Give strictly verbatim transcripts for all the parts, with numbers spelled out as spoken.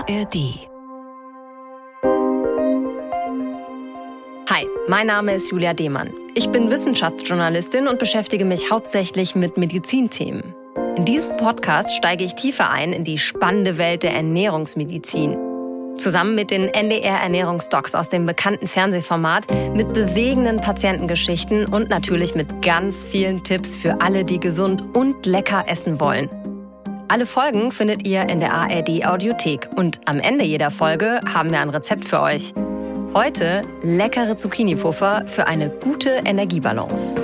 R D. Hi, mein Name ist Julia Demann. Ich bin Wissenschaftsjournalistin und beschäftige mich hauptsächlich mit Medizinthemen. In diesem Podcast steige ich tiefer ein in die spannende Welt der Ernährungsmedizin. Zusammen mit den N D R-Ernährungsdocs aus dem bekannten Fernsehformat, mit bewegenden Patientengeschichten und natürlich mit ganz vielen Tipps für alle, die gesund und lecker essen wollen. Alle Folgen findet ihr in der A R D-Audiothek und am Ende jeder Folge haben wir ein Rezept für euch. Heute leckere Zucchini-Puffer für eine gute Energiebalance.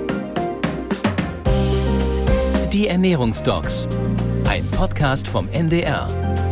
Die Ernährungsdocs, ein Podcast vom N D R.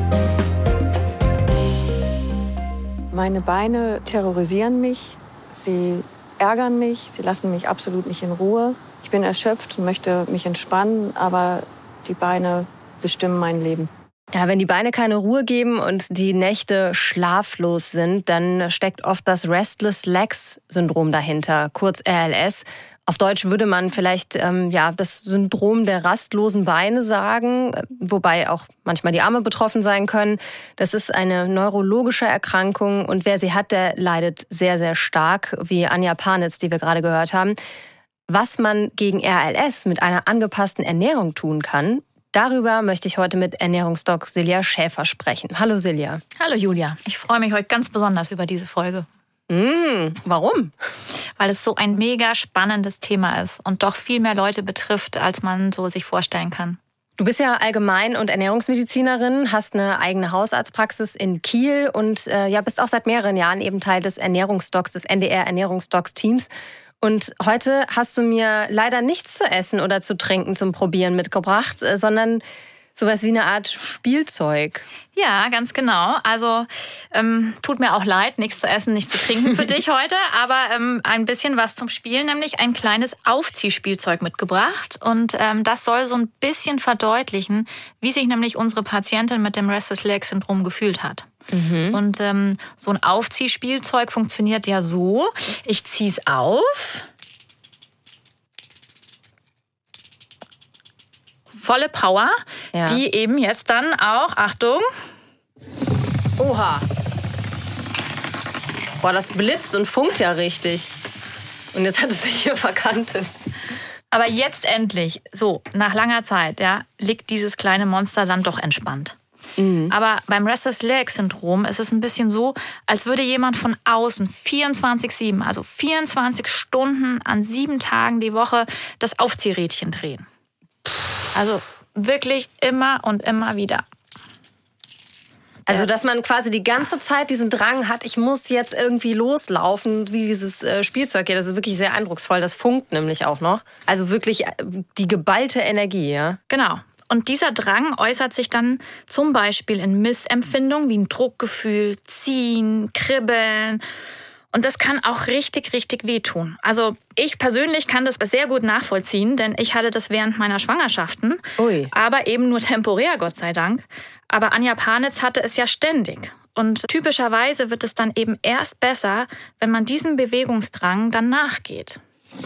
Meine Beine terrorisieren mich, sie ärgern mich, sie lassen mich absolut nicht in Ruhe. Ich bin erschöpft und möchte mich entspannen, aber die Beine bestimmen mein Leben. Ja, wenn die Beine keine Ruhe geben und die Nächte schlaflos sind, dann steckt oft das Restless Legs Syndrom dahinter, kurz R L S. Auf Deutsch würde man vielleicht ähm, ja, das Syndrom der rastlosen Beine sagen, wobei auch manchmal die Arme betroffen sein können. Das ist eine neurologische Erkrankung und wer sie hat, der leidet sehr, sehr stark, wie Anja Panitz, die wir gerade gehört haben. Was man gegen R L S mit einer angepassten Ernährung tun kann, darüber möchte ich heute mit Ernährungsdoc Silja Schäfer sprechen. Hallo Silja. Hallo Julia. Ich freue mich heute ganz besonders über diese Folge. Mmh, warum? Weil es so ein mega spannendes Thema ist und doch viel mehr Leute betrifft, als man so sich vorstellen kann. Du bist ja Allgemein- und Ernährungsmedizinerin, hast eine eigene Hausarztpraxis in Kiel und äh, ja, bist auch seit mehreren Jahren eben Teil des Ernährungsdocs, des N D R-Ernährungsdocs-Teams. Und heute hast du mir leider nichts zu essen oder zu trinken zum Probieren mitgebracht, sondern sowas wie eine Art Spielzeug. Ja, ganz genau. Also ähm, tut mir auch leid, nichts zu essen, nichts zu trinken für dich heute, aber ähm, ein bisschen was zum Spielen, nämlich ein kleines Aufziehspielzeug mitgebracht. Und ähm, das soll so ein bisschen verdeutlichen, wie sich nämlich unsere Patientin mit dem Restless Leg Syndrom gefühlt hat. Mhm. Und ähm, so ein Aufziehspielzeug funktioniert ja so. Ich ziehe es auf. Volle Power, ja. Die eben jetzt dann auch, Achtung. Oha. Boah, das blitzt und funkt ja richtig. Und jetzt hat es sich hier verkantet. Aber jetzt endlich, so nach langer Zeit, ja, liegt dieses kleine Monster dann doch entspannt. Mhm. Aber beim Restless Leg Syndrom ist es ein bisschen so, als würde jemand von außen vierundzwanzig sieben, also vierundzwanzig Stunden an sieben Tagen die Woche das Aufziehrädchen drehen. Also wirklich immer und immer wieder. Also, dass man quasi die ganze Zeit diesen Drang hat, ich muss jetzt irgendwie loslaufen, wie dieses äh, Spielzeug hier. Das ist wirklich sehr eindrucksvoll. Das funkt nämlich auch noch. Also wirklich die geballte Energie, ja? Genau. Und dieser Drang äußert sich dann zum Beispiel in Missempfindungen wie ein Druckgefühl, Ziehen, Kribbeln. Und das kann auch richtig, richtig wehtun. Also ich persönlich kann das sehr gut nachvollziehen, denn ich hatte das während meiner Schwangerschaften. Ui. Aber eben nur temporär, Gott sei Dank. Aber Anja Panitz hatte es ja ständig. Und typischerweise wird es dann eben erst besser, wenn man diesem Bewegungsdrang dann nachgeht.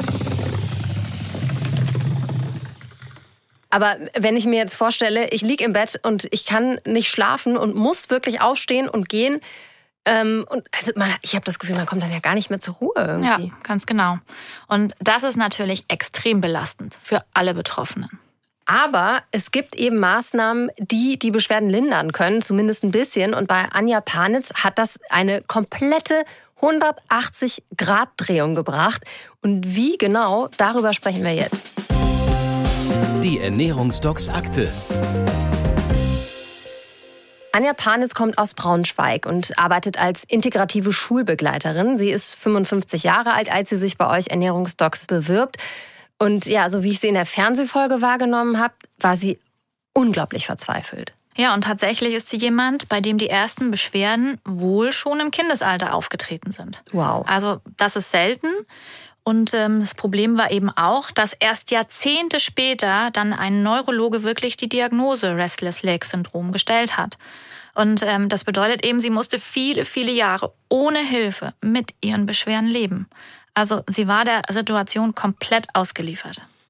Aber wenn ich mir jetzt vorstelle, ich liege im Bett und ich kann nicht schlafen und muss wirklich aufstehen und gehen, Ähm, und also man, ich habe das Gefühl, man kommt dann ja gar nicht mehr zur Ruhe irgendwie. Ja, ganz genau. Und das ist natürlich extrem belastend für alle Betroffenen. Aber es gibt eben Maßnahmen, die die Beschwerden lindern können, zumindest ein bisschen. Und bei Anja Panitz hat das eine komplette hundertachtzig Grad Drehung gebracht. Und wie genau, darüber sprechen wir jetzt. Die Ernährungsdocs Akte. Anja Panitz kommt aus Braunschweig und arbeitet als integrative Schulbegleiterin. Sie ist fünfundfünfzig Jahre alt, als sie sich bei euch Ernährungsdocs bewirbt. Und ja, so wie ich sie in der Fernsehfolge wahrgenommen habe, war sie unglaublich verzweifelt. Ja, und tatsächlich ist sie jemand, bei dem die ersten Beschwerden wohl schon im Kindesalter aufgetreten sind. Wow. Also das ist selten. Und ähm, das Problem war eben auch, dass erst Jahrzehnte später dann ein Neurologe wirklich die Diagnose Restless Leg Syndrom gestellt hat. Und ähm, das bedeutet eben, sie musste viele, viele Jahre ohne Hilfe mit ihren Beschwerden leben. Also sie war der Situation komplett ausgeliefert.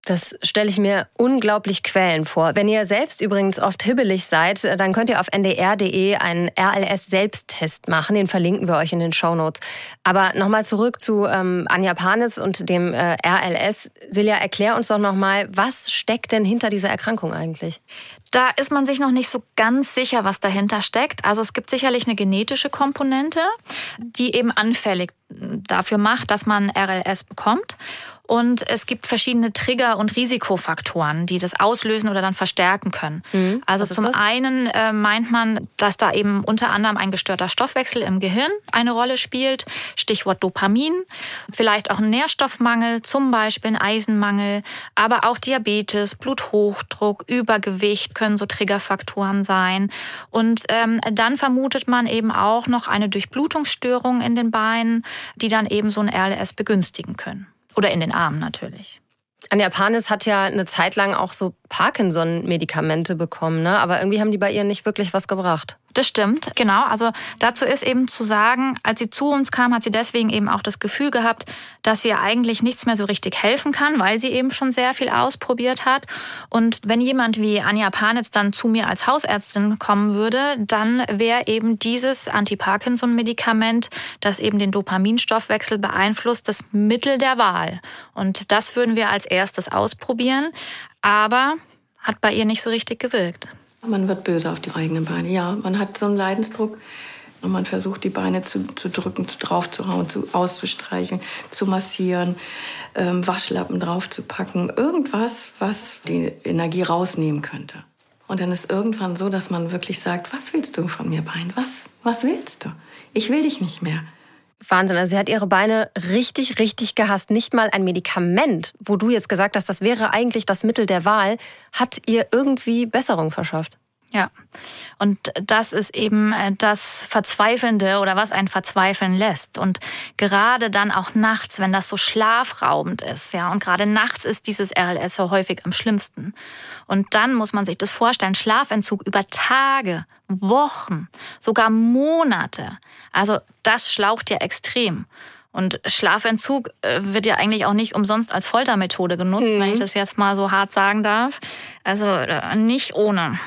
Das stelle ich mir unglaublich quälend vor. Wenn ihr selbst übrigens oft hibbelig seid, dann könnt ihr auf n d r punkt d e einen R L S-Selbsttest machen. Den verlinken wir euch in den Shownotes. Aber nochmal zurück zu ähm, Anja Panitz und dem äh, R L S. Silja, erklär uns doch nochmal, was steckt denn hinter dieser Erkrankung eigentlich? Da ist man sich noch nicht so ganz sicher, was dahinter steckt. Also es gibt sicherlich eine genetische Komponente, die eben anfällig dafür macht, dass man R L S bekommt. Und es gibt verschiedene Trigger- und Risikofaktoren, die das auslösen oder dann verstärken können. Mhm. Also zum das? einen äh, meint man, dass da eben unter anderem ein gestörter Stoffwechsel im Gehirn eine Rolle spielt. Stichwort Dopamin. Vielleicht auch ein Nährstoffmangel, zum Beispiel ein Eisenmangel. Aber auch Diabetes, Bluthochdruck, Übergewicht können so Triggerfaktoren sein. Und ähm, dann vermutet man eben auch noch eine Durchblutungsstörung in den Beinen, die dann eben so ein R L S begünstigen können. Oder in den Armen natürlich. Anja Panitz hat ja eine Zeit lang auch so Parkinson-Medikamente bekommen, ne? Aber irgendwie haben die bei ihr nicht wirklich was gebracht. Das stimmt, genau. Also dazu ist eben zu sagen, als sie zu uns kam, hat sie deswegen eben auch das Gefühl gehabt, dass ihr eigentlich nichts mehr so richtig helfen kann, weil sie eben schon sehr viel ausprobiert hat. Und wenn jemand wie Anja Panitz dann zu mir als Hausärztin kommen würde, dann wäre eben dieses Anti-Parkinson-Medikament, das eben den Dopaminstoffwechsel beeinflusst, das Mittel der Wahl. Und das würden wir als erstes ausprobieren, aber hat bei ihr nicht so richtig gewirkt. Man wird böse auf die eigenen Beine. Ja, man hat so einen Leidensdruck und man versucht, die Beine zu, zu drücken, zu, draufzuhauen, zu, auszustreichen, zu massieren, ähm, Waschlappen draufzupacken. Irgendwas, was die Energie rausnehmen könnte. Und dann ist irgendwann so, dass man wirklich sagt, was willst du von mir, Bein? Was, was willst du? Ich will dich nicht mehr. Wahnsinn, also sie hat ihre Beine richtig, richtig gehasst. Nicht mal ein Medikament, wo du jetzt gesagt hast, das wäre eigentlich das Mittel der Wahl, hat ihr irgendwie Besserung verschafft. Ja, und das ist eben das Verzweifelnde oder was einen verzweifeln lässt. Und gerade dann auch nachts, wenn das so schlafraubend ist, ja, und gerade nachts ist dieses R L S so häufig am schlimmsten. Und dann muss man sich das vorstellen, Schlafentzug über Tage, Wochen, sogar Monate. Also das schlaucht ja extrem. Und Schlafentzug wird ja eigentlich auch nicht umsonst als Foltermethode genutzt, mhm. wenn ich das jetzt mal so hart sagen darf. Also nicht ohne.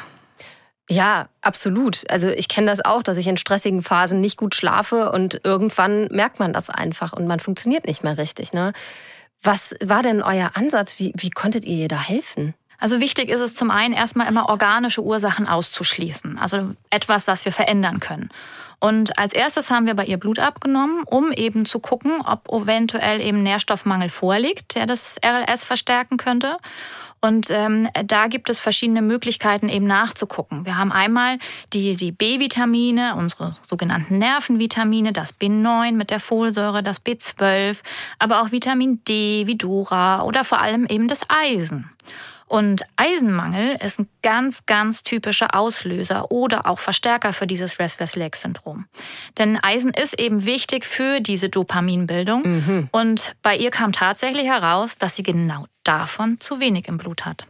Ja, absolut. Also ich kenne das auch, dass ich in stressigen Phasen nicht gut schlafe und irgendwann merkt man das einfach und man funktioniert nicht mehr richtig, ne? Was war denn euer Ansatz? Wie, wie konntet ihr ihr da helfen? Also wichtig ist es zum einen erstmal immer organische Ursachen auszuschließen. Also etwas, was wir verändern können. Und als erstes haben wir bei ihr Blut abgenommen, um eben zu gucken, ob eventuell eben Nährstoffmangel vorliegt, der das R L S verstärken könnte. Und ähm, da gibt es verschiedene Möglichkeiten, eben nachzugucken. Wir haben einmal die, die B-Vitamine, unsere sogenannten Nervenvitamine, das B neun mit der Folsäure, das B zwölf, aber auch Vitamin D, Vidura oder vor allem eben das Eisen. Und Eisenmangel ist ein ganz, ganz typischer Auslöser oder auch Verstärker für dieses Restless-Leg-Syndrom. Denn Eisen ist eben wichtig für diese Dopaminbildung. Mhm. Und bei ihr kam tatsächlich heraus, dass sie genau davon zu wenig im Blut hat.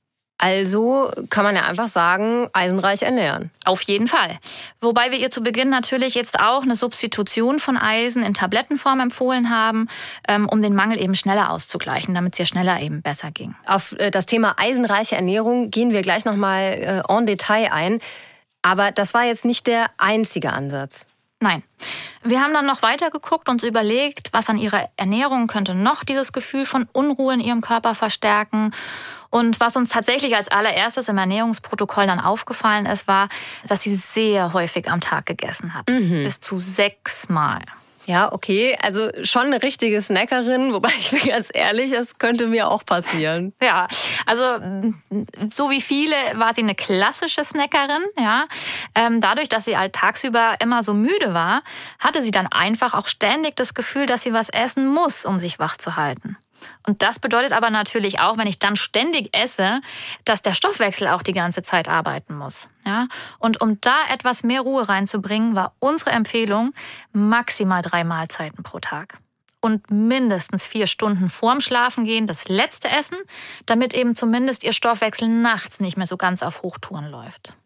Also kann man ja einfach sagen, eisenreich ernähren. Auf jeden Fall. Wobei wir ihr zu Beginn natürlich jetzt auch eine Substitution von Eisen in Tablettenform empfohlen haben, um den Mangel eben schneller auszugleichen, damit es ihr schneller eben besser ging. Auf das Thema eisenreiche Ernährung gehen wir gleich nochmal en Detail ein. Aber das war jetzt nicht der einzige Ansatz. Nein. Wir haben dann noch weiter geguckt, uns überlegt, was an ihrer Ernährung könnte noch dieses Gefühl von Unruhe in ihrem Körper verstärken. Und was uns tatsächlich als allererstes im Ernährungsprotokoll dann aufgefallen ist, war, dass sie sehr häufig am Tag gegessen hat. Mhm. Bis zu sechsmal. Ja, okay, also schon eine richtige Snackerin, wobei ich bin ganz ehrlich, das könnte mir auch passieren. Ja, also so wie viele war sie eine klassische Snackerin. Ja, ähm, dadurch, dass sie halt tagsüber immer so müde war, hatte sie dann einfach auch ständig das Gefühl, dass sie was essen muss, um sich wach zu halten. Und das bedeutet aber natürlich auch, wenn ich dann ständig esse, dass der Stoffwechsel auch die ganze Zeit arbeiten muss. Ja? Und um da etwas mehr Ruhe reinzubringen, war unsere Empfehlung maximal drei Mahlzeiten pro Tag. Und mindestens vier Stunden vorm Schlafengehen das letzte Essen, damit eben zumindest ihr Stoffwechsel nachts nicht mehr so ganz auf Hochtouren läuft.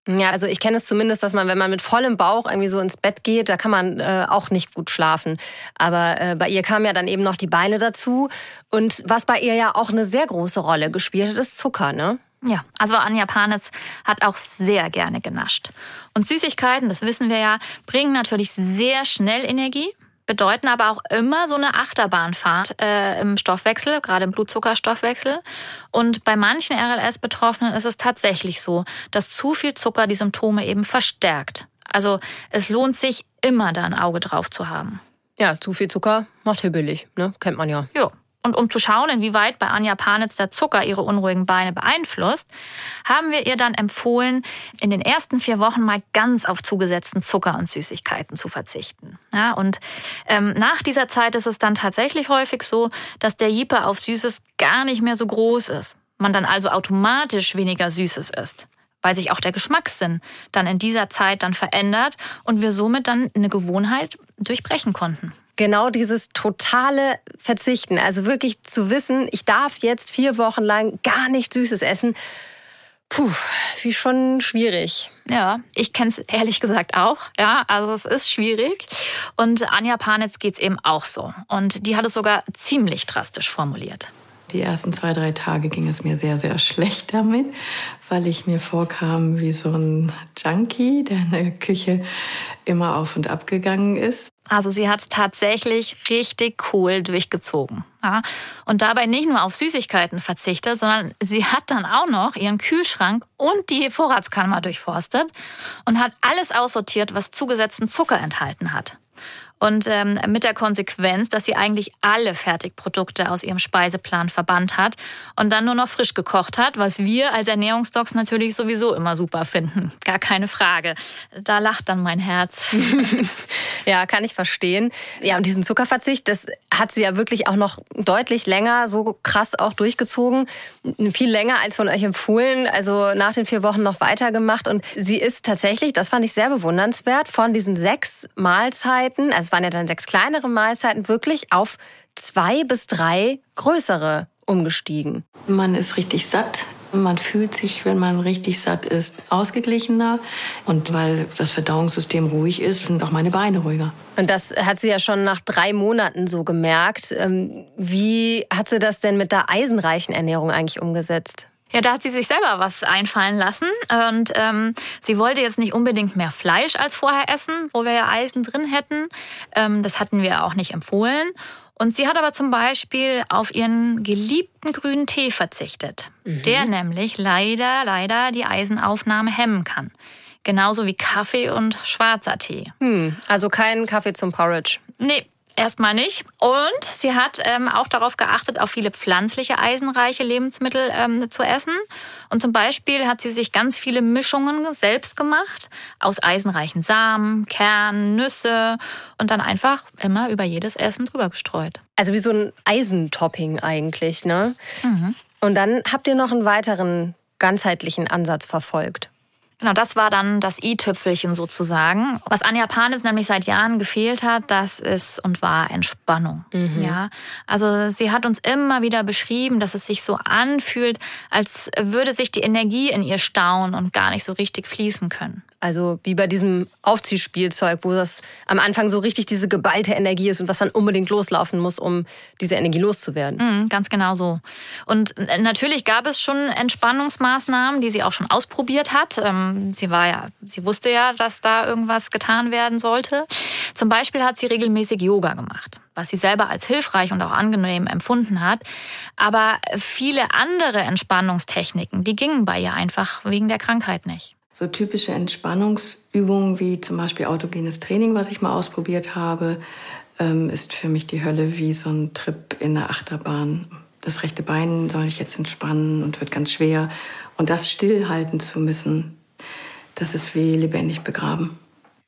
Ja, also ich kenne es zumindest, dass man, wenn man mit vollem Bauch irgendwie so ins Bett geht, da kann man äh, auch nicht gut schlafen. Aber äh, bei ihr kamen ja dann eben noch die Beine dazu. Und was bei ihr ja auch eine sehr große Rolle gespielt hat, ist Zucker, ne? Ja, also Anja Panitz hat auch sehr gerne genascht. Und Süßigkeiten, das wissen wir ja, bringen natürlich sehr schnell Energie, bedeuten aber auch immer so eine Achterbahnfahrt äh, im Stoffwechsel, gerade im Blutzuckerstoffwechsel. Und bei manchen R L S-Betroffenen ist es tatsächlich so, dass zu viel Zucker die Symptome eben verstärkt. Also es lohnt sich immer, da ein Auge drauf zu haben. Ja, zu viel Zucker macht hibbelig, ne? Kennt man ja. Ja. Und um zu schauen, inwieweit bei Anja Panitz der Zucker ihre unruhigen Beine beeinflusst, haben wir ihr dann empfohlen, in den ersten vier Wochen mal ganz auf zugesetzten Zucker und Süßigkeiten zu verzichten. Ja, und ähm, nach dieser Zeit ist es dann tatsächlich häufig so, dass der Jeeper auf Süßes gar nicht mehr so groß ist. Man dann also automatisch weniger Süßes isst, weil sich auch der Geschmackssinn dann in dieser Zeit dann verändert und wir somit dann eine Gewohnheit durchbrechen konnten. Genau dieses totale Verzichten, also wirklich zu wissen, ich darf jetzt vier Wochen lang gar nichts Süßes essen, puh, wie schon schwierig. Ja, ich kenne es ehrlich gesagt auch. Ja, also es ist schwierig. Und Anja Panitz geht's eben auch so. Und die hat es sogar ziemlich drastisch formuliert. Die ersten zwei, drei Tage ging es mir sehr, sehr schlecht damit, weil ich mir vorkam wie so ein Junkie, der in der Küche immer auf und ab gegangen ist. Also sie hat es tatsächlich richtig cool durchgezogen. Ja? Und dabei nicht nur auf Süßigkeiten verzichtet, sondern sie hat dann auch noch ihren Kühlschrank und die Vorratskammer durchforstet und hat alles aussortiert, was zugesetzten Zucker enthalten hat. Und ähm, mit der Konsequenz, dass sie eigentlich alle Fertigprodukte aus ihrem Speiseplan verbannt hat und dann nur noch frisch gekocht hat, was wir als Ernährungsdocs natürlich sowieso immer super finden. Gar keine Frage. Da lacht dann mein Herz. Ja, kann ich verstehen. Ja, und diesen Zuckerverzicht, das hat sie ja wirklich auch noch deutlich länger so krass auch durchgezogen. Viel länger als von euch empfohlen. Also nach den vier Wochen noch weitergemacht. Und sie ist tatsächlich, das fand ich sehr bewundernswert, von diesen sechs Mahlzeiten, also es waren ja dann sechs kleinere Mahlzeiten, wirklich auf zwei bis drei größere umgestiegen. Man ist richtig satt. Man fühlt sich, wenn man richtig satt ist, ausgeglichener. Und weil das Verdauungssystem ruhig ist, sind auch meine Beine ruhiger. Und das hat sie ja schon nach drei Monaten so gemerkt. Wie hat sie das denn mit der eisenreichen Ernährung eigentlich umgesetzt? Ja, da hat sie sich selber was einfallen lassen. Und ähm, sie wollte jetzt nicht unbedingt mehr Fleisch als vorher essen, wo wir ja Eisen drin hätten. Ähm, das hatten wir auch nicht empfohlen. Und sie hat aber zum Beispiel auf ihren geliebten grünen Tee verzichtet, mhm. der nämlich leider, leider die Eisenaufnahme hemmen kann. Genauso wie Kaffee und schwarzer Tee. Hm, also kein Kaffee zum Porridge? Nee. Erstmal nicht. Und sie hat ähm, auch darauf geachtet, auf viele pflanzliche, eisenreiche Lebensmittel ähm, zu essen. Und zum Beispiel hat sie sich ganz viele Mischungen selbst gemacht aus eisenreichen Samen, Kernen, Nüsse und dann einfach immer über jedes Essen drüber gestreut. Also wie so ein Eisentopping eigentlich, ne? Mhm. Und dann habt ihr noch einen weiteren ganzheitlichen Ansatz verfolgt. Genau, das war dann das i-Tüpfelchen sozusagen. Was Anja Panitz nämlich seit Jahren gefehlt hat, das ist und war Entspannung. Mhm. Ja, also sie hat uns immer wieder beschrieben, dass es sich so anfühlt, als würde sich die Energie in ihr stauen und gar nicht so richtig fließen können. Also wie bei diesem Aufziehspielzeug, wo das am Anfang so richtig diese geballte Energie ist und was dann unbedingt loslaufen muss, um diese Energie loszuwerden. Mhm, ganz genau so. Und natürlich gab es schon Entspannungsmaßnahmen, die sie auch schon ausprobiert hat. Sie war ja, sie wusste ja, dass da irgendwas getan werden sollte. Zum Beispiel hat sie regelmäßig Yoga gemacht, was sie selber als hilfreich und auch angenehm empfunden hat. Aber viele andere Entspannungstechniken, die gingen bei ihr einfach wegen der Krankheit nicht. So typische Entspannungsübungen wie zum Beispiel autogenes Training, was ich mal ausprobiert habe, ist für mich die Hölle wie so ein Trip in der Achterbahn. Das rechte Bein soll ich jetzt entspannen und wird ganz schwer. Und das stillhalten zu müssen, das ist wie lebendig begraben.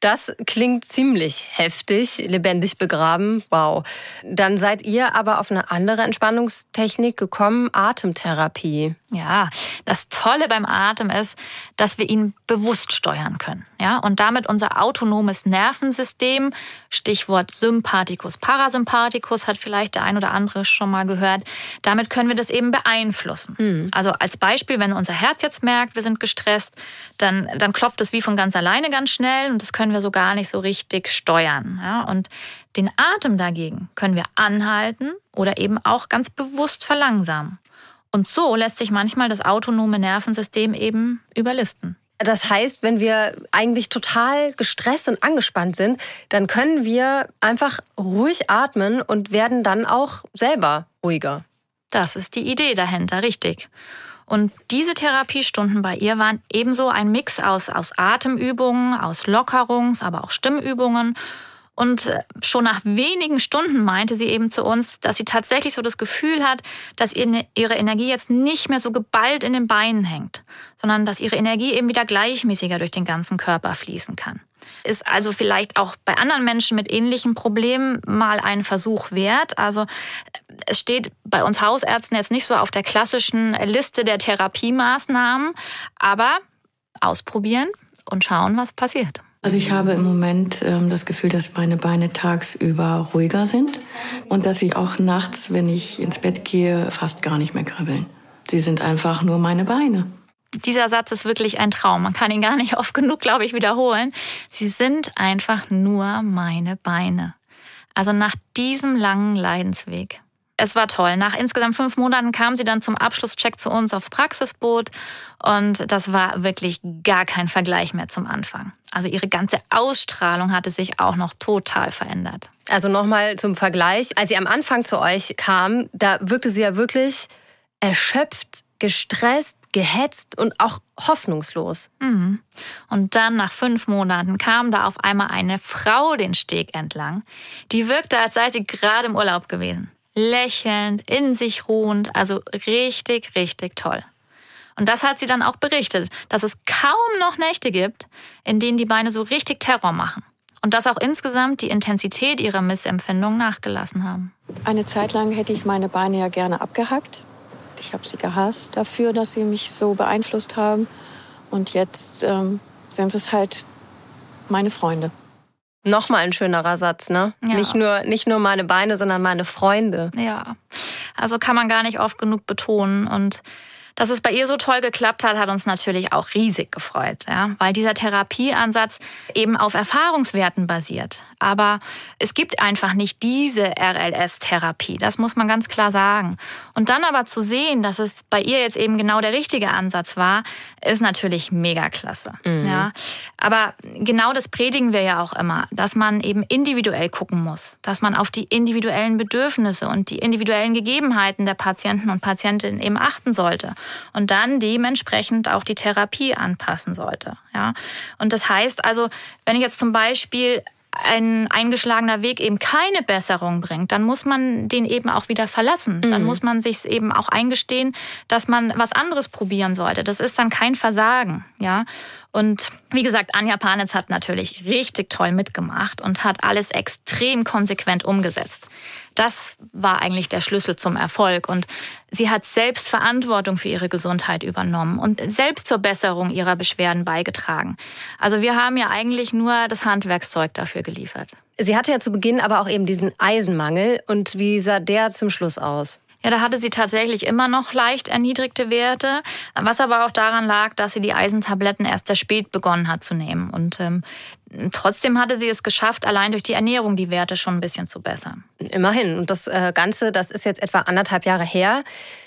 Das klingt ziemlich heftig, lebendig begraben. Wow. Dann seid ihr aber auf eine andere Entspannungstechnik gekommen, Atemtherapie. Ja, das Tolle beim Atem ist, dass wir ihn bewusst steuern können. Ja, und damit unser autonomes Nervensystem, Stichwort Sympathikus, Parasympathikus, hat vielleicht der ein oder andere schon mal gehört. Damit können wir das eben beeinflussen. Mhm. Also als Beispiel, wenn unser Herz jetzt merkt, wir sind gestresst, dann, dann klopft es wie von ganz alleine ganz schnell und das können wir so gar nicht so richtig steuern. Ja, und den Atem dagegen können wir anhalten oder eben auch ganz bewusst verlangsamen. Und so lässt sich manchmal das autonome Nervensystem eben überlisten. Das heißt, wenn wir eigentlich total gestresst und angespannt sind, dann können wir einfach ruhig atmen und werden dann auch selber ruhiger. Das ist die Idee dahinter, richtig. Und diese Therapiestunden bei ihr waren ebenso ein Mix aus, aus Atemübungen, aus Lockerungs-, aber auch Stimmübungen. Und schon nach wenigen Stunden meinte sie eben zu uns, dass sie tatsächlich so das Gefühl hat, dass ihre Energie jetzt nicht mehr so geballt in den Beinen hängt, sondern dass ihre Energie eben wieder gleichmäßiger durch den ganzen Körper fließen kann. Ist also vielleicht auch bei anderen Menschen mit ähnlichen Problemen mal ein Versuch wert. Also es steht bei uns Hausärzten jetzt nicht so auf der klassischen Liste der Therapiemaßnahmen, aber ausprobieren und schauen, was passiert. Also ich habe im Moment ähm, das Gefühl, dass meine Beine tagsüber ruhiger sind und dass sie auch nachts, wenn ich ins Bett gehe, fast gar nicht mehr kribbeln. Sie sind einfach nur meine Beine. Dieser Satz ist wirklich ein Traum. Man kann ihn gar nicht oft genug, glaube ich, wiederholen. Sie sind einfach nur meine Beine. Also nach diesem langen Leidensweg. Es war toll. Nach insgesamt fünf Monaten kam sie dann zum Abschlusscheck zu uns aufs Praxisboot und das war wirklich gar kein Vergleich mehr zum Anfang. Also ihre ganze Ausstrahlung hatte sich auch noch total verändert. Also nochmal zum Vergleich. Als sie am Anfang zu euch kam, da wirkte sie ja wirklich erschöpft, gestresst, gehetzt und auch hoffnungslos. Mhm. Und dann nach fünf Monaten kam da auf einmal eine Frau den Steg entlang. Die wirkte, als sei sie gerade im Urlaub gewesen. Lächelnd, in sich ruhend, also richtig, richtig toll. Und das hat sie dann auch berichtet, dass es kaum noch Nächte gibt, in denen die Beine so richtig Terror machen. Und dass auch insgesamt die Intensität ihrer Missempfindungen nachgelassen haben. Eine Zeit lang hätte ich meine Beine ja gerne abgehackt. Ich habe sie gehasst dafür, dass sie mich so beeinflusst haben. Und jetzt ähm, sind es halt meine Freunde. Nochmal ein schönerer Satz, ne? Ja. Nicht nur, nicht nur meine Beine, sondern meine Freunde. Ja, also kann man gar nicht oft genug betonen. Und dass es bei ihr so toll geklappt hat, hat uns natürlich auch riesig gefreut, ja? Weil dieser Therapieansatz eben auf Erfahrungswerten basiert. Aber es gibt einfach nicht diese R L S-Therapie, das muss man ganz klar sagen. Und dann aber zu sehen, dass es bei ihr jetzt eben genau der richtige Ansatz war, ist natürlich mega klasse. Mhm. Ja? Aber genau das predigen wir ja auch immer, dass man eben individuell gucken muss, dass man auf die individuellen Bedürfnisse und die individuellen Gegebenheiten der Patienten und Patientinnen eben achten sollte. Und dann dementsprechend auch die Therapie anpassen sollte. Ja? Und das heißt also, wenn ich jetzt zum Beispiel ein eingeschlagener Weg eben keine Besserung bringt, dann muss man den eben auch wieder verlassen. Mhm. Dann muss man sich eben auch eingestehen, dass man was anderes probieren sollte. Das ist dann kein Versagen, ja. Und wie gesagt, Anja Panitz hat natürlich richtig toll mitgemacht und hat alles extrem konsequent umgesetzt. Das war eigentlich der Schlüssel zum Erfolg. Und sie hat selbst Verantwortung für ihre Gesundheit übernommen und selbst zur Besserung ihrer Beschwerden beigetragen. Also wir haben ja eigentlich nur das Handwerkszeug dafür geliefert. Sie hatte ja zu Beginn aber auch eben diesen Eisenmangel. Und wie sah der zum Schluss aus? Ja, da hatte sie tatsächlich immer noch leicht erniedrigte Werte, was aber auch daran lag, dass sie die Eisentabletten erst sehr spät begonnen hat zu nehmen. Und ähm, trotzdem hatte sie es geschafft, allein durch die Ernährung die Werte schon ein bisschen zu bessern. Immerhin. Und das äh, Ganze, das ist jetzt etwa anderthalb Jahre her.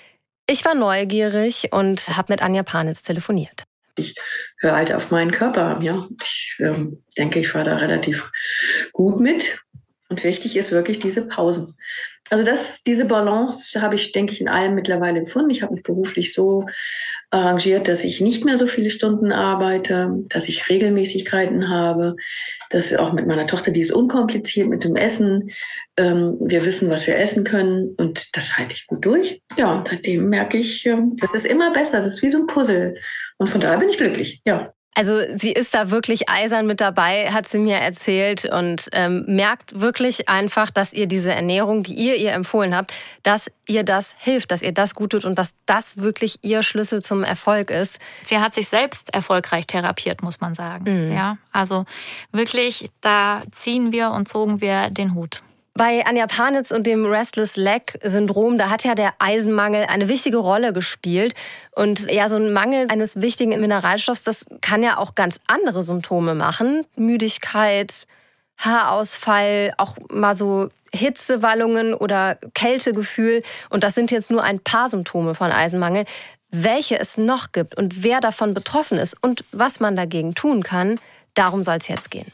Ich war neugierig und habe mit Anja Panitz telefoniert. Ich höre halt auf meinen Körper. Ja. Ich ähm, denke, ich fahre da relativ gut mit. Und wichtig ist wirklich diese Pausen. Also das, diese Balance habe ich, denke ich, in allem mittlerweile gefunden. Ich habe mich beruflich so arrangiert, dass ich nicht mehr so viele Stunden arbeite, dass ich Regelmäßigkeiten habe, dass wir auch mit meiner Tochter, die ist unkompliziert mit dem Essen. Ähm, wir wissen, was wir essen können und das halte ich gut durch. Ja, und seitdem merke ich, das ist immer besser. Das ist wie so ein Puzzle. Und von daher bin ich glücklich, ja. Also sie ist da wirklich eisern mit dabei, hat sie mir erzählt und ähm, merkt wirklich einfach, dass ihr diese Ernährung, die ihr ihr empfohlen habt, dass ihr das hilft, dass ihr das gut tut und dass das wirklich ihr Schlüssel zum Erfolg ist. Sie hat sich selbst erfolgreich therapiert, muss man sagen. Mhm. Ja, also wirklich, da ziehen wir und zogen wir den Hut. Bei Anja Panitz und dem Restless-Leg-Syndrom, da hat ja der Eisenmangel eine wichtige Rolle gespielt. Und ja, so ein Mangel eines wichtigen Mineralstoffs, das kann ja auch ganz andere Symptome machen. Müdigkeit, Haarausfall, auch mal so Hitzewallungen oder Kältegefühl. Und das sind jetzt nur ein paar Symptome von Eisenmangel. Welche es noch gibt und wer davon betroffen ist und was man dagegen tun kann, darum soll es jetzt gehen.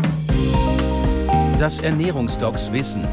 Das Ernährungsdocs Wissen.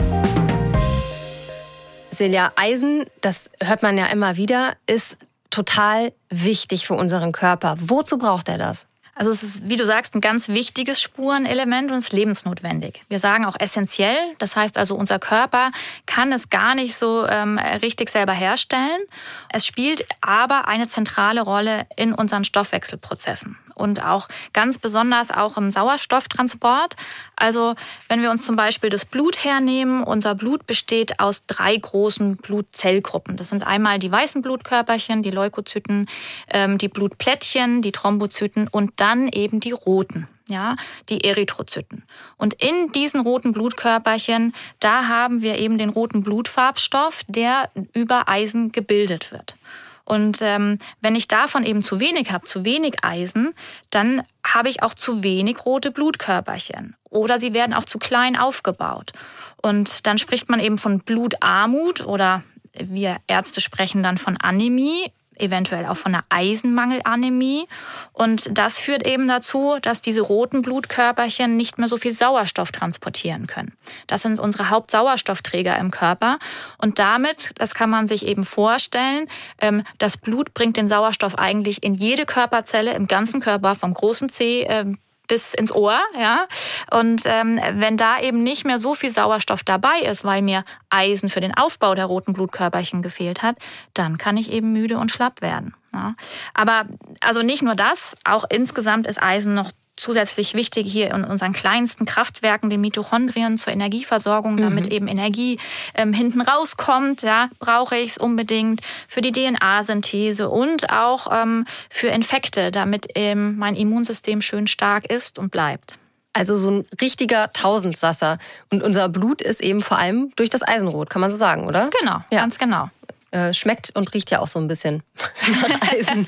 Silja, Eisen, das hört man ja immer wieder, ist total wichtig für unseren Körper. Wozu braucht er das? Also es ist, wie du sagst, ein ganz wichtiges Spurenelement und es ist lebensnotwendig. Wir sagen auch essentiell, das heißt also, unser Körper kann es gar nicht so ähm, richtig selber herstellen. Es spielt aber eine zentrale Rolle in unseren Stoffwechselprozessen und auch ganz besonders auch im Sauerstofftransport. Also wenn wir uns zum Beispiel das Blut hernehmen, unser Blut besteht aus drei großen Blutzellgruppen. Das sind einmal die weißen Blutkörperchen, die Leukozyten, ähm, die Blutplättchen, die Thrombozyten und dann eben die roten, ja, die Erythrozyten. Und in diesen roten Blutkörperchen, da haben wir eben den roten Blutfarbstoff, der über Eisen gebildet wird. Und ähm, wenn ich davon eben zu wenig habe, zu wenig Eisen, dann habe ich auch zu wenig rote Blutkörperchen. Oder sie werden auch zu klein aufgebaut. Und dann spricht man eben von Blutarmut oder wir Ärzte sprechen dann von Anämie, eventuell auch von einer Eisenmangelanämie. Und das führt eben dazu, dass diese roten Blutkörperchen nicht mehr so viel Sauerstoff transportieren können. Das sind unsere Hauptsauerstoffträger im Körper. Und damit, das kann man sich eben vorstellen, das Blut bringt den Sauerstoff eigentlich in jede Körperzelle, im ganzen Körper, vom großen Zeh bis ins Ohr, ja. Und ähm, wenn da eben nicht mehr so viel Sauerstoff dabei ist, weil mir Eisen für den Aufbau der roten Blutkörperchen gefehlt hat, dann kann ich eben müde und schlapp werden. Ja. Aber also nicht nur das, auch insgesamt ist Eisen noch zusätzlich wichtig hier in unseren kleinsten Kraftwerken, den Mitochondrien zur Energieversorgung, damit mhm. eben Energie ähm, hinten rauskommt. Ja, brauche ich es unbedingt für die D N A-Synthese und auch ähm, für Infekte, damit ähm, mein Immunsystem schön stark ist und bleibt. Also so ein richtiger Tausendsasser. Und unser Blut ist eben vor allem durch das Eisenrot, kann man so sagen, oder? Genau, ja. Ganz genau. Äh, schmeckt und riecht ja auch so ein bisschen nach Eisen.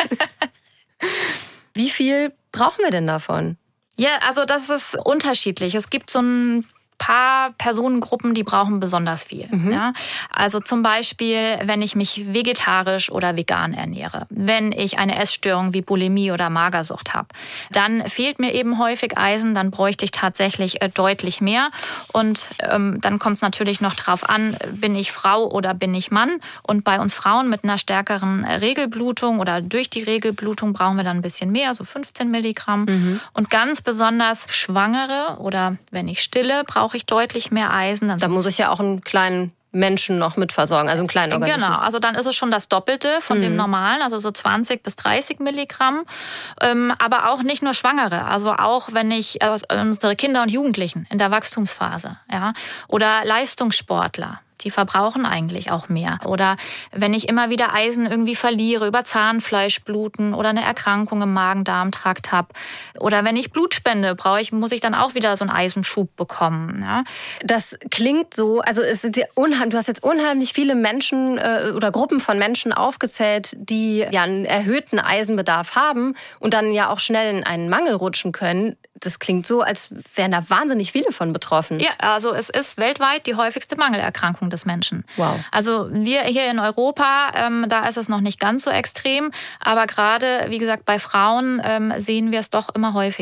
Wie viel brauchen wir denn davon? Ja, also das ist unterschiedlich. Es gibt so ein paar Personengruppen, die brauchen besonders viel. Mhm. Ja? Also zum Beispiel, wenn ich mich vegetarisch oder vegan ernähre, wenn ich eine Essstörung wie Bulimie oder Magersucht habe, dann fehlt mir eben häufig Eisen, dann bräuchte ich tatsächlich äh, deutlich mehr. Und ähm, dann kommt es natürlich noch drauf an, bin ich Frau oder bin ich Mann? Und bei uns Frauen mit einer stärkeren Regelblutung oder durch die Regelblutung brauchen wir dann ein bisschen mehr, so fünfzehn Milligramm. Mhm. Und ganz besonders Schwangere oder wenn ich stille, brauche ich deutlich mehr Eisen. Dann da muss ich ja auch einen kleinen Menschen noch mitversorgen, also einen kleinen Organismus. Genau, also dann ist es schon das Doppelte von mhm. dem normalen, also so zwanzig bis dreißig Milligramm. Ähm, aber auch nicht nur Schwangere, also auch wenn ich also unsere Kinder und Jugendlichen in der Wachstumsphase, ja, oder Leistungssportler. Die verbrauchen eigentlich auch mehr. Oder wenn ich immer wieder Eisen irgendwie verliere über Zahnfleischbluten oder eine Erkrankung im Magen-Darm-Trakt habe. Oder wenn ich Blut spende, brauche ich, muss ich dann auch wieder so einen Eisenschub bekommen. Ja? Das klingt so, also es sind ja unheimlich, du hast jetzt unheimlich viele Menschen äh, oder Gruppen von Menschen aufgezählt, die ja einen erhöhten Eisenbedarf haben und dann ja auch schnell in einen Mangel rutschen können. Das klingt so, als wären da wahnsinnig viele von betroffen. Ja, also es ist weltweit die häufigste Mangelerkrankung des Menschen. Wow. Also wir hier in Europa, ähm, da ist es noch nicht ganz so extrem, aber gerade, wie gesagt, bei Frauen ähm, sehen wir es doch immer häufiger.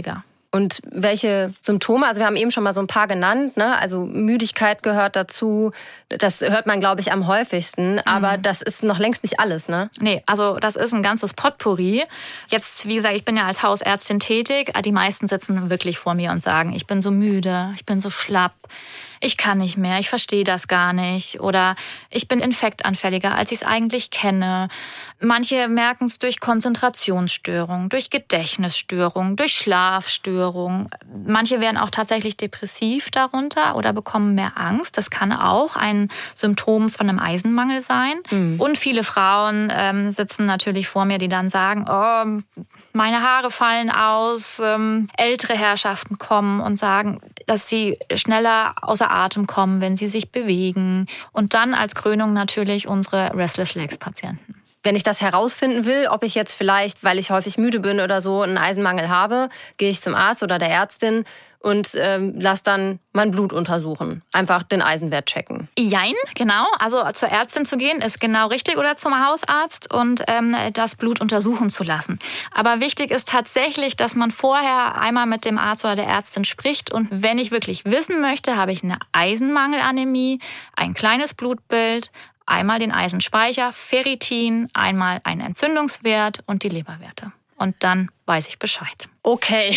Und welche Symptome? Also wir haben eben schon mal so ein paar genannt, ne? Also Müdigkeit gehört dazu. Das hört man, glaube ich, am häufigsten. Aber mhm. das ist noch längst nicht alles, ne? Nee, also das ist ein ganzes Potpourri. Jetzt, wie gesagt, ich bin ja als Hausärztin tätig. Die meisten sitzen wirklich vor mir und sagen, ich bin so müde, ich bin so schlapp. Ich kann nicht mehr, ich verstehe das gar nicht oder ich bin infektanfälliger, als ich es eigentlich kenne. Manche merken es durch Konzentrationsstörungen, durch Gedächtnisstörungen, durch Schlafstörungen. Manche werden auch tatsächlich depressiv darunter oder bekommen mehr Angst. Das kann auch ein Symptom von einem Eisenmangel sein. Mhm. Und viele Frauen ähm, sitzen natürlich vor mir, die dann sagen, oh, meine Haare fallen aus. Ähm, ältere Herrschaften kommen und sagen, dass sie schneller außer Atem kommen, wenn sie sich bewegen. Und dann als Krönung natürlich unsere Restless-Legs-Patienten. Wenn ich das herausfinden will, ob ich jetzt vielleicht, weil ich häufig müde bin oder so, einen Eisenmangel habe, gehe ich zum Arzt oder der Ärztin und ähm, lass dann mein Blut untersuchen. Einfach den Eisenwert checken. Jein, genau. Also zur Ärztin zu gehen ist genau richtig oder zum Hausarzt und ähm, das Blut untersuchen zu lassen. Aber wichtig ist tatsächlich, dass man vorher einmal mit dem Arzt oder der Ärztin spricht. Und wenn ich wirklich wissen möchte, habe ich eine Eisenmangelanämie, ein kleines Blutbild, einmal den Eisenspeicher, Ferritin, einmal einen Entzündungswert und die Leberwerte. Und dann weiß ich Bescheid. Okay,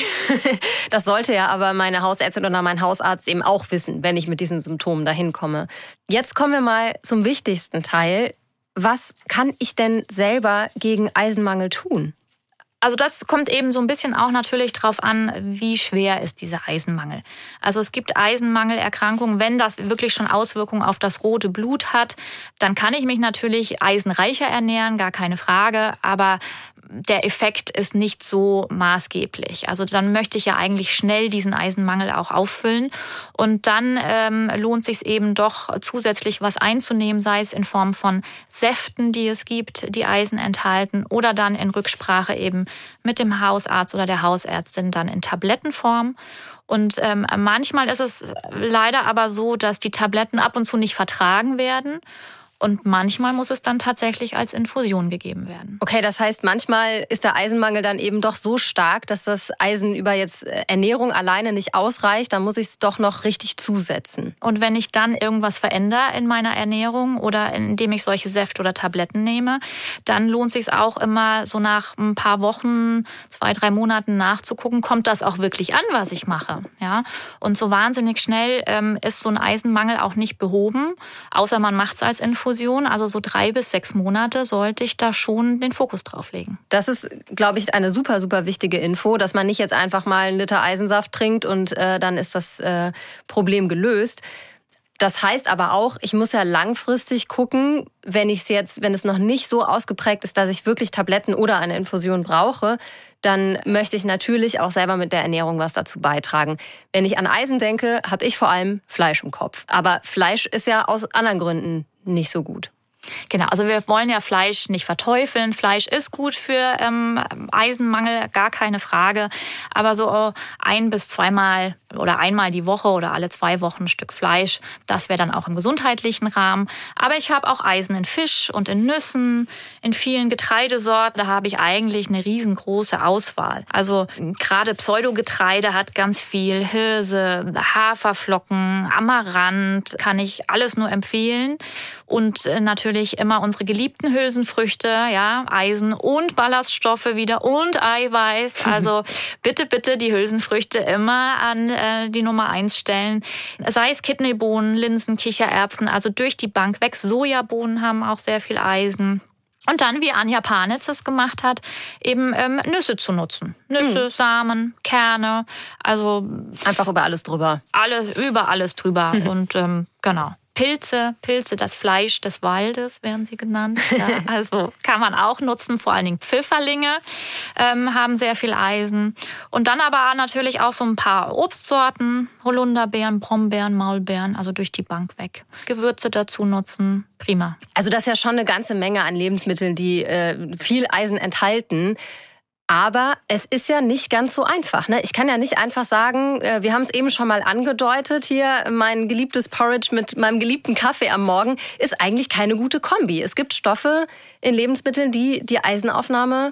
das sollte ja aber meine Hausärztin oder mein Hausarzt eben auch wissen, wenn ich mit diesen Symptomen dahin komme. Jetzt kommen wir mal zum wichtigsten Teil. Was kann ich denn selber gegen Eisenmangel tun? Also das kommt eben so ein bisschen auch natürlich drauf an, wie schwer ist dieser Eisenmangel. Also es gibt Eisenmangelerkrankungen, wenn das wirklich schon Auswirkungen auf das rote Blut hat, dann kann ich mich natürlich eisenreicher ernähren, gar keine Frage, aber der Effekt ist nicht so maßgeblich. Also dann möchte ich ja eigentlich schnell diesen Eisenmangel auch auffüllen und dann ähm, lohnt sich eben doch zusätzlich was einzunehmen, sei es in Form von Säften, die es gibt, die Eisen enthalten oder dann in Rücksprache eben mit dem Hausarzt oder der Hausärztin dann in Tablettenform. Und ähm, manchmal ist es leider aber so, dass die Tabletten ab und zu nicht vertragen werden. Und manchmal muss es dann tatsächlich als Infusion gegeben werden. Okay, das heißt, manchmal ist der Eisenmangel dann eben doch so stark, dass das Eisen über jetzt Ernährung alleine nicht ausreicht. Dann muss ich es doch noch richtig zusetzen. Und wenn ich dann irgendwas verändere in meiner Ernährung oder indem ich solche Säfte oder Tabletten nehme, dann lohnt es sich auch immer so nach ein paar Wochen, zwei, drei Monaten nachzugucken, kommt das auch wirklich an, was ich mache. Ja? Und so wahnsinnig schnell ähm, ist so ein Eisenmangel auch nicht behoben, außer man macht es als Infusion. Also so drei bis sechs Monate sollte ich da schon den Fokus drauf legen. Das ist, glaube ich, eine super, super wichtige Info, dass man nicht jetzt einfach mal einen Liter Eisensaft trinkt und äh, dann ist das äh, Problem gelöst. Das heißt aber auch, ich muss ja langfristig gucken, wenn ich es jetzt, wenn es noch nicht so ausgeprägt ist, dass ich wirklich Tabletten oder eine Infusion brauche, dann möchte ich natürlich auch selber mit der Ernährung was dazu beitragen. Wenn ich an Eisen denke, habe ich vor allem Fleisch im Kopf. Aber Fleisch ist ja aus anderen Gründen nicht so gut. Genau, also wir wollen ja Fleisch nicht verteufeln. Fleisch ist gut für ähm, Eisenmangel, gar keine Frage. Aber so ein bis zweimal oder einmal die Woche oder alle zwei Wochen ein Stück Fleisch, das wäre dann auch im gesundheitlichen Rahmen. Aber ich habe auch Eisen in Fisch und in Nüssen, in vielen Getreidesorten. Da habe ich eigentlich eine riesengroße Auswahl. Also gerade Pseudogetreide hat ganz viel. Hirse, Haferflocken, Amaranth, kann ich alles nur empfehlen. Und äh, natürlich immer unsere geliebten Hülsenfrüchte, ja, Eisen und Ballaststoffe wieder und Eiweiß. Also bitte, bitte die Hülsenfrüchte immer an äh, die Nummer eins stellen. Sei es Kidneybohnen, Linsen, Kichererbsen, also durch die Bank weg. Sojabohnen haben auch sehr viel Eisen. Und dann, wie Anja Panitz es gemacht hat, eben ähm, Nüsse zu nutzen. Nüsse, mhm. Samen, Kerne, also einfach über alles drüber. Alles, über alles drüber und ähm, genau. Pilze, Pilze, das Fleisch des Waldes werden sie genannt. Ja, also kann man auch nutzen, vor allen Dingen Pfifferlinge ähm, haben sehr viel Eisen. Und dann aber natürlich auch so ein paar Obstsorten, Holunderbeeren, Brombeeren, Maulbeeren, also durch die Bank weg. Gewürze dazu nutzen, prima. Also das ist ja schon eine ganze Menge an Lebensmitteln, die äh, viel Eisen enthalten. Aber es ist ja nicht ganz so einfach, ne? Ich kann ja nicht einfach sagen, wir haben es eben schon mal angedeutet hier, mein geliebtes Porridge mit meinem geliebten Kaffee am Morgen ist eigentlich keine gute Kombi. Es gibt Stoffe in Lebensmitteln, die die Eisenaufnahme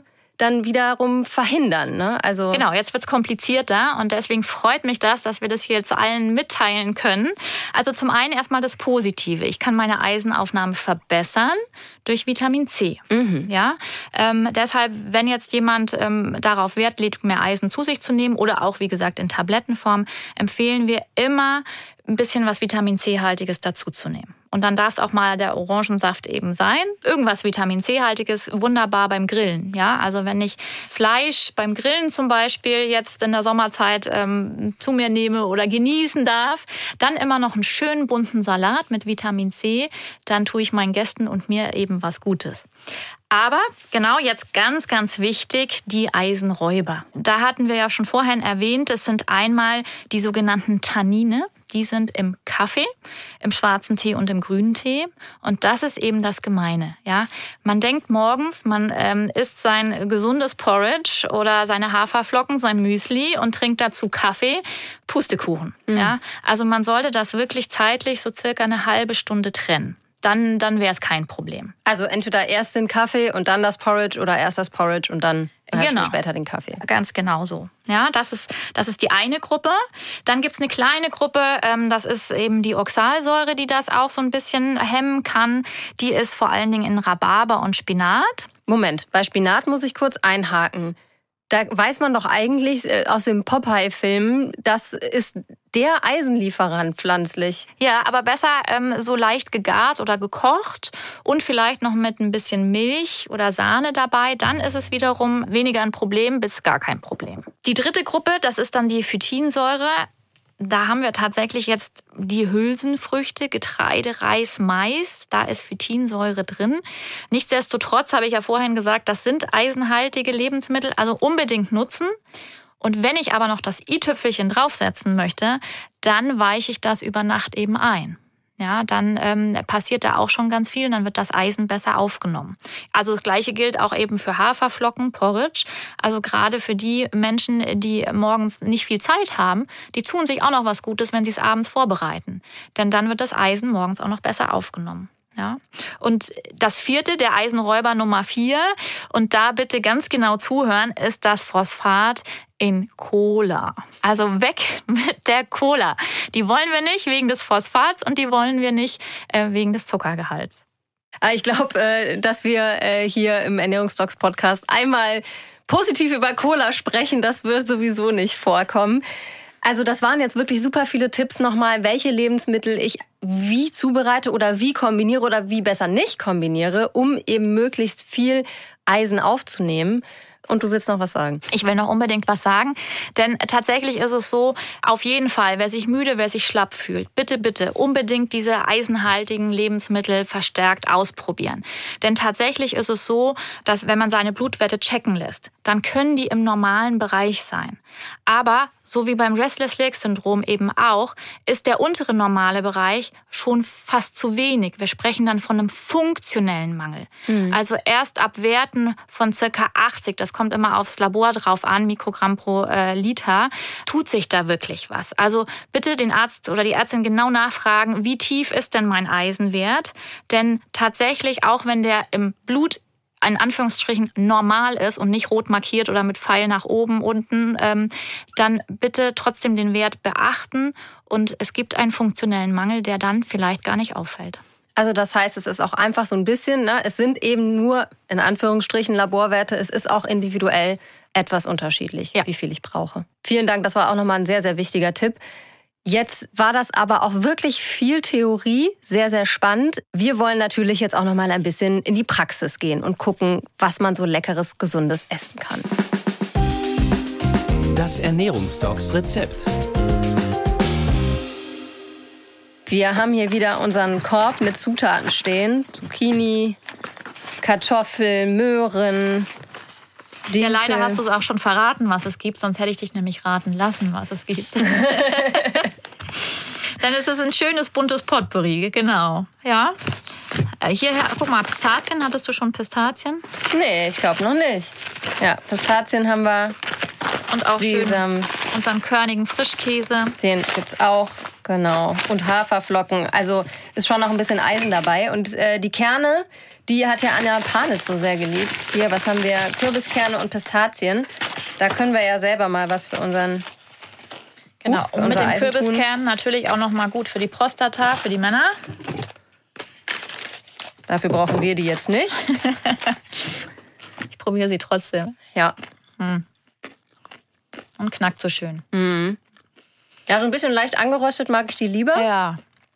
dann wiederum verhindern. Ne? Also genau, jetzt wird's komplizierter und deswegen freut mich das, dass wir das hier jetzt allen mitteilen können. Also zum einen erstmal das Positive. Ich kann meine Eisenaufnahme verbessern durch Vitamin C. Mhm. Ja, ähm, deshalb, wenn jetzt jemand ähm, darauf Wert legt, mehr Eisen zu sich zu nehmen oder auch, wie gesagt, in Tablettenform, empfehlen wir immer, ein bisschen was Vitamin C-haltiges dazuzunehmen. Und dann darf es auch mal der Orangensaft eben sein. Irgendwas Vitamin C-haltiges, wunderbar beim Grillen. Ja, also wenn ich Fleisch beim Grillen zum Beispiel jetzt in der Sommerzeit ähm, zu mir nehme oder genießen darf, dann immer noch einen schönen bunten Salat mit Vitamin C. Dann tue ich meinen Gästen und mir eben was Gutes. Aber genau jetzt ganz, ganz wichtig, die Eisenräuber. Da hatten wir ja schon vorhin erwähnt, es sind einmal die sogenannten Tannine. Die sind im Kaffee, im schwarzen Tee und im grünen Tee. Und das ist eben das Gemeine. Ja? Man denkt morgens, man ähm, isst sein gesundes Porridge oder seine Haferflocken, sein Müsli und trinkt dazu Kaffee. Pustekuchen. Mhm. Ja? Also man sollte das wirklich zeitlich so circa eine halbe Stunde trennen. Dann, dann wäre es kein Problem. Also entweder erst den Kaffee und dann das Porridge oder erst das Porridge und dann eine genau. später den Kaffee. Ganz genau so. Ja, das ist, das ist die eine Gruppe. Dann gibt's eine kleine Gruppe, ähm, das ist eben die Oxalsäure, die das auch so ein bisschen hemmen kann. Die ist vor allen Dingen in Rhabarber und Spinat. Moment, bei Spinat muss ich kurz einhaken. Da weiß man doch eigentlich aus dem Popeye-Film, das ist der Eisenlieferant pflanzlich. Ja, aber besser ähm, so leicht gegart oder gekocht und vielleicht noch mit ein bisschen Milch oder Sahne dabei. Dann ist es wiederum weniger ein Problem bis gar kein Problem. Die dritte Gruppe, das ist dann die Phytinsäure. Da haben wir tatsächlich jetzt die Hülsenfrüchte, Getreide, Reis, Mais. Da ist Phytinsäure drin. Nichtsdestotrotz habe ich ja vorhin gesagt, das sind eisenhaltige Lebensmittel, also unbedingt nutzen. Und wenn ich aber noch das i-Tüpfelchen draufsetzen möchte, dann weiche ich das über Nacht eben ein. Ja, dann ähm, passiert da auch schon ganz viel und dann wird das Eisen besser aufgenommen. Also das Gleiche gilt auch eben für Haferflocken, Porridge. Also gerade für die Menschen, die morgens nicht viel Zeit haben, die tun sich auch noch was Gutes, wenn sie es abends vorbereiten. Denn dann wird das Eisen morgens auch noch besser aufgenommen. Ja. Und das vierte, der Eisenräuber Nummer vier, und da bitte ganz genau zuhören, ist das Phosphat in Cola. Also weg mit der Cola. Die wollen wir nicht wegen des Phosphats und die wollen wir nicht äh, wegen des Zuckergehalts. Ich glaube, äh, dass wir äh, hier im Ernährungsdocs-Podcast einmal positiv über Cola sprechen, das wird sowieso nicht vorkommen. Also das waren jetzt wirklich super viele Tipps nochmal, welche Lebensmittel ich wie zubereite oder wie kombiniere oder wie besser nicht kombiniere, um eben möglichst viel Eisen aufzunehmen. Und du willst noch was sagen? Ich will noch unbedingt was sagen, denn tatsächlich ist es so, auf jeden Fall, wer sich müde, wer sich schlapp fühlt, bitte, bitte unbedingt diese eisenhaltigen Lebensmittel verstärkt ausprobieren. Denn tatsächlich ist es so, dass wenn man seine Blutwerte checken lässt, dann können die im normalen Bereich sein. Aber so wie beim Restless-Leg-Syndrom eben auch, ist der untere normale Bereich schon fast zu wenig. Wir sprechen dann von einem funktionellen Mangel. Mhm. Also erst ab Werten von circa achtzig, das kommt immer aufs Labor drauf an, Mikrogramm pro äh, Liter, tut sich da wirklich was. Also bitte den Arzt oder die Ärztin genau nachfragen, wie tief ist denn mein Eisenwert? Denn tatsächlich, auch wenn der im Blut in Anführungsstrichen normal ist und nicht rot markiert oder mit Pfeil nach oben, unten, ähm, dann bitte trotzdem den Wert beachten. Und es gibt einen funktionellen Mangel, der dann vielleicht gar nicht auffällt. Also das heißt, es ist auch einfach so ein bisschen, ne, es sind eben nur in Anführungsstrichen Laborwerte, es ist auch individuell etwas unterschiedlich, ja, wie viel ich brauche. Vielen Dank, das war auch nochmal ein sehr, sehr wichtiger Tipp. Jetzt war das aber auch wirklich viel Theorie, sehr, sehr spannend. Wir wollen natürlich jetzt auch noch mal ein bisschen in die Praxis gehen und gucken, was man so Leckeres, Gesundes essen kann. Das Ernährungsdocs-Rezept. Wir haben hier wieder unseren Korb mit Zutaten stehen. Zucchini, Kartoffeln, Möhren. Dinkel. Ja, leider hast du es auch schon verraten, was es gibt, sonst hätte ich dich nämlich raten lassen, was es gibt. Dann ist es ein schönes, buntes Potpourri, genau. Ja. Hier, guck mal, Pistazien, hattest du schon Pistazien? Nee, ich glaube noch nicht. Ja, Pistazien haben wir. Und auch Sesam. Schön unseren körnigen Frischkäse. Den gibt's auch. Genau. Und Haferflocken. Also ist schon noch ein bisschen Eisen dabei. Und äh, die Kerne, die hat ja Anja Panitz so sehr geliebt. Hier, was haben wir? Kürbiskerne und Pistazien. Da können wir ja selber mal was für unseren Genau, Huch, und mit den Eisen Kürbiskernen tun. natürlich auch noch mal gut für die Prostata, für die Männer. Dafür brauchen wir die jetzt nicht. Ich probiere sie trotzdem. Ja. Hm. Und knackt so schön. Mhm. Ja, so ein bisschen leicht angeröstet mag ich die lieber. Ja.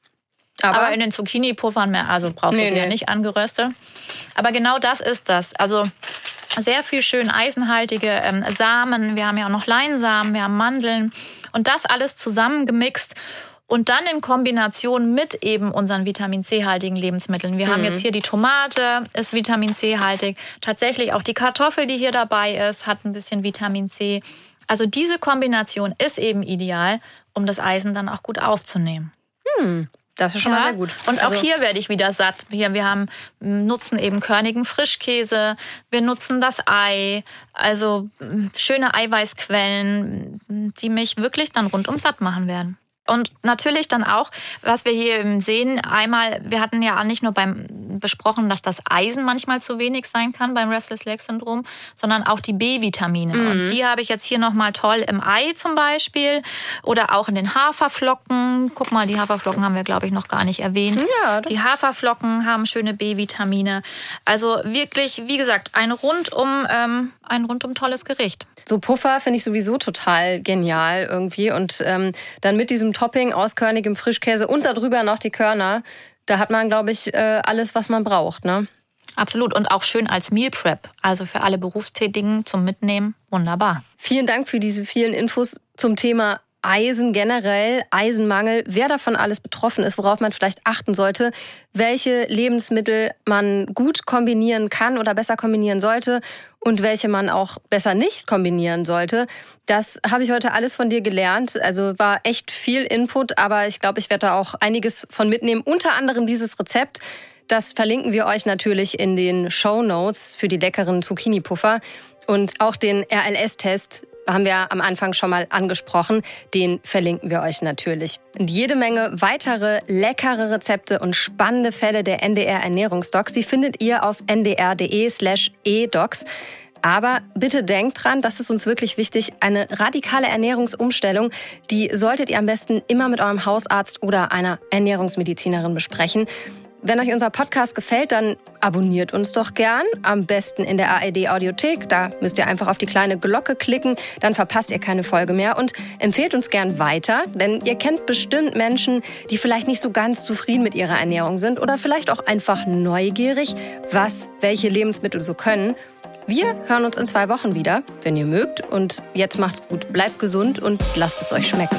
Aber, Aber in den Zucchini-Puffern mehr, also brauchst du nee, sie nee. ja nicht angeröstet. Aber genau das ist das. Also sehr viel schön eisenhaltige ähm, Samen. Wir haben ja auch noch Leinsamen, wir haben Mandeln. Und das alles zusammengemixt. Und dann in Kombination mit eben unseren Vitamin-C-haltigen Lebensmitteln. Wir mhm. haben jetzt hier die Tomate, ist Vitamin C-haltig. Tatsächlich auch die Kartoffel, die hier dabei ist, hat ein bisschen Vitamin C. Also diese Kombination ist eben ideal, um das Eisen dann auch gut aufzunehmen. Hm. Das ist schon ja. mal sehr gut. Und auch also hier werde ich wieder satt. Wir, wir haben, nutzen eben körnigen Frischkäse, wir nutzen das Ei, also schöne Eiweißquellen, die mich wirklich dann rundum satt machen werden. Und natürlich dann auch, was wir hier sehen, einmal, wir hatten ja nicht nur beim besprochen, dass das Eisen manchmal zu wenig sein kann beim Restless-Leg-Syndrom, sondern auch die B-Vitamine. Mhm. Und die habe ich jetzt hier nochmal toll im Ei zum Beispiel oder auch in den Haferflocken. Guck mal, die Haferflocken haben wir, glaube ich, noch gar nicht erwähnt. Ja, die Haferflocken haben schöne B-Vitamine. Also wirklich, wie gesagt, ein rundum, ähm, ein rundum tolles Gericht. So Puffer finde ich sowieso total genial irgendwie. Und ähm, dann mit diesem Topping aus körnigem Frischkäse und darüber noch die Körner, da hat man, glaube ich, äh, alles, was man braucht, ne? Absolut. Und auch schön als Meal Prep. Also für alle Berufstätigen zum Mitnehmen. Wunderbar. Vielen Dank für diese vielen Infos zum Thema Eisen generell, Eisenmangel, wer davon alles betroffen ist, worauf man vielleicht achten sollte, welche Lebensmittel man gut kombinieren kann oder besser kombinieren sollte und welche man auch besser nicht kombinieren sollte. Das habe ich heute alles von dir gelernt. Also war echt viel Input, aber ich glaube, ich werde da auch einiges von mitnehmen. Unter anderem dieses Rezept. Das verlinken wir euch natürlich in den Shownotes für die leckeren Zucchini-Puffer. Und auch den R L S-Test haben wir am Anfang schon mal angesprochen. Den verlinken wir euch natürlich. Und jede Menge weitere leckere Rezepte und spannende Fälle der N D R-Ernährungsdocs, die findet ihr auf n d r punkt d e slash e docs. Aber bitte denkt dran, das ist uns wirklich wichtig, eine radikale Ernährungsumstellung, die solltet ihr am besten immer mit eurem Hausarzt oder einer Ernährungsmedizinerin besprechen. Wenn euch unser Podcast gefällt, dann abonniert uns doch gern. Am besten in der A R D-Audiothek. Da müsst ihr einfach auf die kleine Glocke klicken. Dann verpasst ihr keine Folge mehr. Und empfehlt uns gern weiter. Denn ihr kennt bestimmt Menschen, die vielleicht nicht so ganz zufrieden mit ihrer Ernährung sind. Oder vielleicht auch einfach neugierig, was welche Lebensmittel so können. Wir hören uns in zwei Wochen wieder, wenn ihr mögt. Und jetzt macht's gut. Bleibt gesund und lasst es euch schmecken.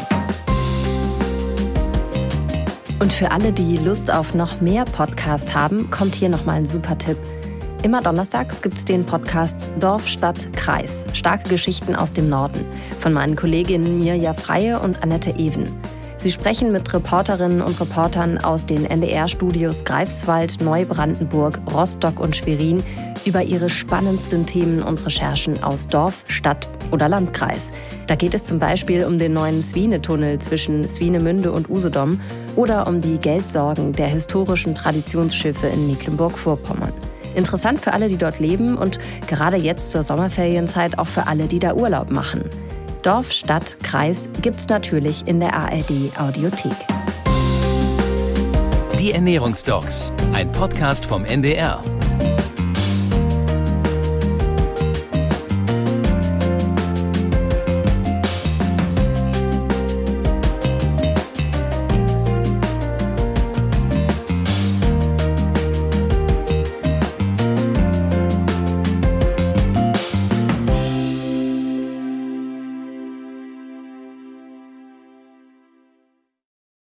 Und für alle, die Lust auf noch mehr Podcast haben, kommt hier nochmal ein super Tipp. Immer donnerstags gibt's den Podcast Dorf, Stadt, Kreis. Starke Geschichten aus dem Norden. Von meinen Kolleginnen Mirja Freie und Annette Even. Sie sprechen mit Reporterinnen und Reportern aus den N D R-Studios Greifswald, Neubrandenburg, Rostock und Schwerin über ihre spannendsten Themen und Recherchen aus Dorf, Stadt oder Landkreis. Da geht es zum Beispiel um den neuen Swine-Tunnel zwischen Swinemünde und Usedom oder um die Geldsorgen der historischen Traditionsschiffe in Mecklenburg-Vorpommern. Interessant für alle, die dort leben und gerade jetzt zur Sommerferienzeit auch für alle, die da Urlaub machen. Dorf, Stadt, Kreis gibt's natürlich in der A R D-Audiothek. Die Ernährungsdocs, ein Podcast vom N D R.